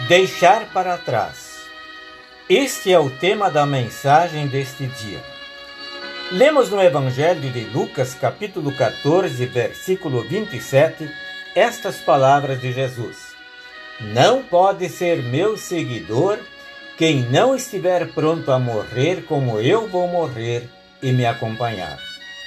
Deixar para trás. Este é o tema da mensagem deste dia. Lemos no Evangelho de Lucas, capítulo 14, versículo 27, estas palavras de Jesus: Não pode ser meu seguidor quem não estiver pronto a morrer como eu vou morrer e me acompanhar.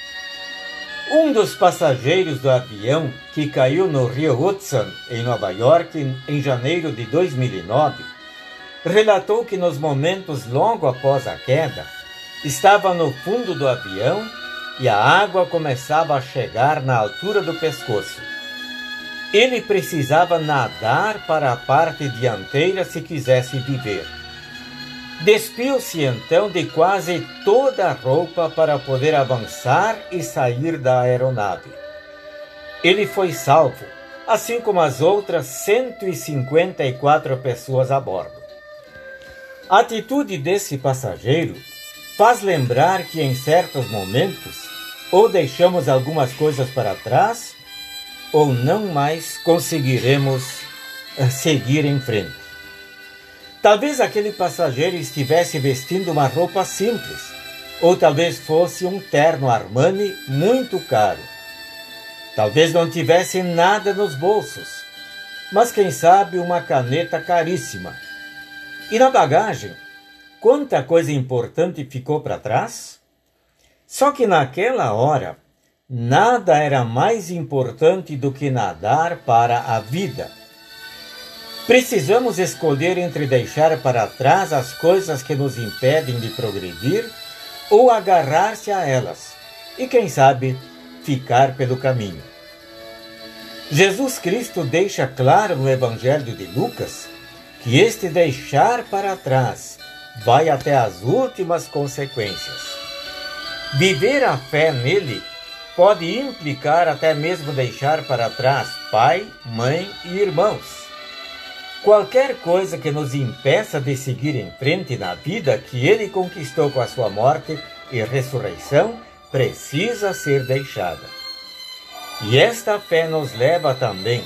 Um dos passageiros do avião que caiu no rio Hudson, em Nova York, em janeiro de 2009, relatou que nos momentos logo após a queda, estava no fundo do avião e a água começava a chegar na altura do pescoço. Ele precisava nadar para a parte dianteira se quisesse viver. Despiu-se então de quase toda a roupa para poder avançar e sair da aeronave. Ele foi salvo, assim como as outras 154 pessoas a bordo. A atitude desse passageiro faz lembrar que em certos momentos ou deixamos algumas coisas para trás ou não mais conseguiremos seguir em frente. Talvez aquele passageiro estivesse vestindo uma roupa simples, ou talvez fosse um terno Armani muito caro. Talvez não tivesse nada nos bolsos, mas quem sabe uma caneta caríssima. E na bagagem, quanta coisa importante ficou para trás? Só que naquela hora, nada era mais importante do que nadar para a vida. Precisamos escolher entre deixar para trás as coisas que nos impedem de progredir ou agarrar-se a elas e, quem sabe, ficar pelo caminho. Jesus Cristo deixa claro no Evangelho de Lucas que este deixar para trás vai até as últimas consequências. Viver a fé nele pode implicar até mesmo deixar para trás pai, mãe e irmãos. Qualquer coisa que nos impeça de seguir em frente na vida que ele conquistou com a sua morte e ressurreição precisa ser deixada. E esta fé nos leva também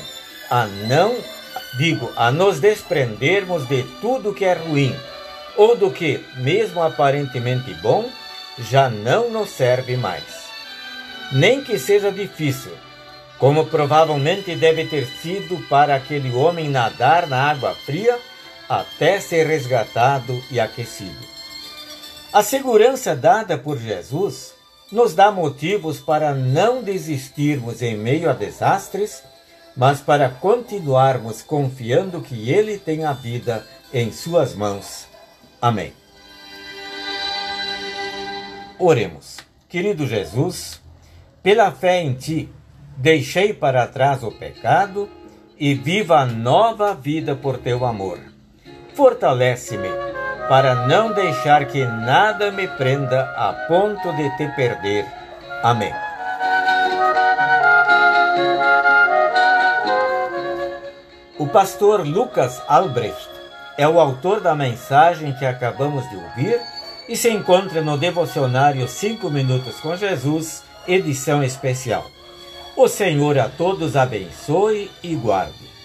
a nos desprendermos de tudo que é ruim, ou do que, mesmo aparentemente bom, já não nos serve mais. Nem que seja difícil, como provavelmente deve ter sido para aquele homem nadar na água fria até ser resgatado e aquecido. A segurança dada por Jesus nos dá motivos para não desistirmos em meio a desastres, mas para continuarmos confiando que Ele tem a vida em suas mãos. Amém. Oremos. Querido Jesus, pela fé em Ti, deixei para trás o pecado e viva a nova vida por Teu amor. Fortalece-me para não deixar que nada me prenda a ponto de Te perder. Amém. O pastor Lucas Albrecht é o autor da mensagem que acabamos de ouvir e se encontra no devocionário 5 Minutos com Jesus, edição especial. O Senhor a todos abençoe e guarde.